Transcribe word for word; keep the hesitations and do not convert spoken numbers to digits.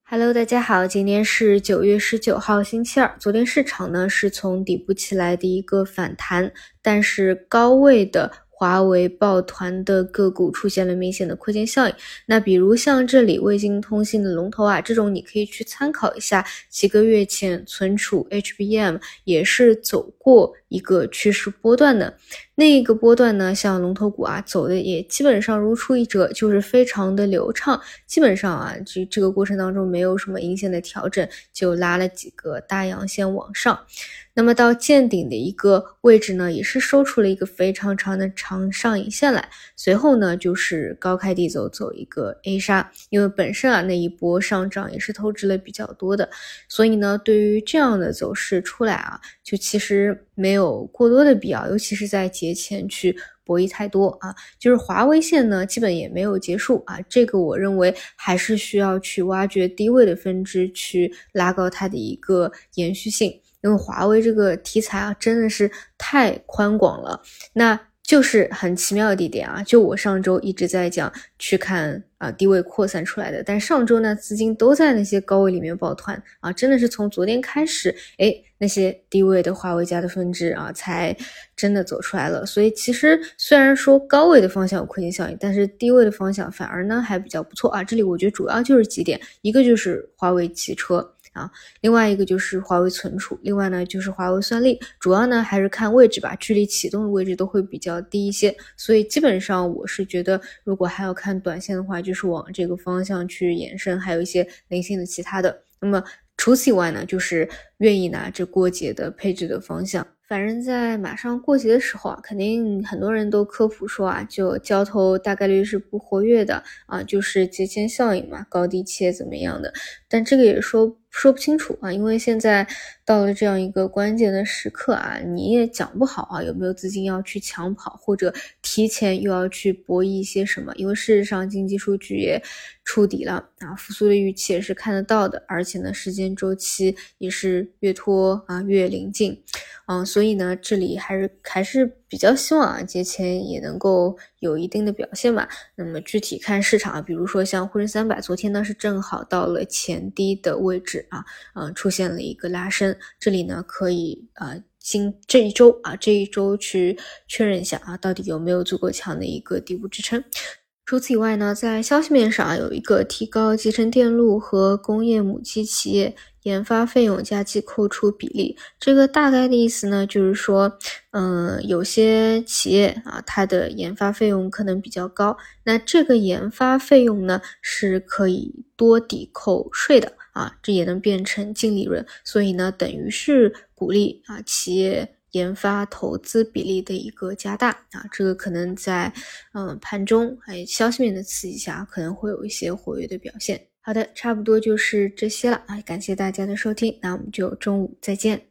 Hello， 大家好，今天是九月十九号，星期二。昨天市场呢是从底部起来的一个反弹，但是高位的华为抱团的个股出现了明显的亏钱效应。那比如像这里卫星通信的龙头啊，这种你可以去参考一下，几个月前存储 H B M 也是走过一个趋势波段的。那个波段呢，像龙头股啊走的也基本上如出一辙，就是非常的流畅，基本上啊这这个过程当中没有什么阴线的调整，就拉了几个大阳线往上。那么到见顶的一个位置呢，也是收出了一个非常长的长上影线来，随后呢就是高开低走，走一个 A 杀，因为本身啊那一波上涨也是透支了比较多的，所以呢对于这样的走势出来啊，就其实没有过多的必要，尤其是在节前去博弈太多啊。就是华为线呢基本也没有结束啊，这个我认为还是需要去挖掘低位的分支，去拉高它的一个延续性。因为华为这个题材啊真的是太宽广了，那就是很奇妙的地点啊，就我上周一直在讲去看啊低位扩散出来的，但上周呢资金都在那些高位里面抱团啊，真的是从昨天开始，诶那些低位的华为家的分支啊才真的走出来了。所以其实虽然说高位的方向有亏钱效应，但是低位的方向反而呢还比较不错啊。这里我觉得主要就是几点，一个就是华为汽车啊，另外一个就是华为存储，另外呢就是华为算力，主要呢还是看位置吧，距离启动的位置都会比较低一些，所以基本上我是觉得如果还要看短线的话，就是往这个方向去延伸，还有一些零星的其他的。那么除此以外呢，就是愿意拿着过节的配置的方向。反正在马上过节的时候啊，肯定很多人都科普说啊，就交投大概率是不活跃的啊，就是节前效应嘛，高低切怎么样的，但这个也说说不清楚啊，因为现在到了这样一个关键的时刻啊，你也讲不好啊，有没有资金要去抢跑，或者提前又要去博弈一些什么，因为事实上经济数据也触底了啊，复苏的预期也是看得到的，而且呢时间周期也是越拖啊越临近。嗯，所以呢，这里还是还是比较希望啊，节前也能够有一定的表现吧。那么具体看市场啊，比如说像沪深三百，昨天呢是正好到了前低的位置啊，嗯，出现了一个拉升，这里呢可以呃今这一周啊这一周去确认一下啊，到底有没有足够强的一个底部支撑。除此以外呢，在消息面上啊，有一个提高集成电路和工业母机企业研发费用加计扣除比例，这个大概的意思呢，就是说，嗯，有些企业啊，它的研发费用可能比较高，那这个研发费用呢，是可以多抵扣税的啊，这也能变成净利润，所以呢，等于是鼓励啊企业研发投资比例的一个加大啊，这个可能在嗯盘中还有消息面的刺激下，可能会有一些活跃的表现。好的，差不多就是这些了啊，感谢大家的收听，那我们就中午再见。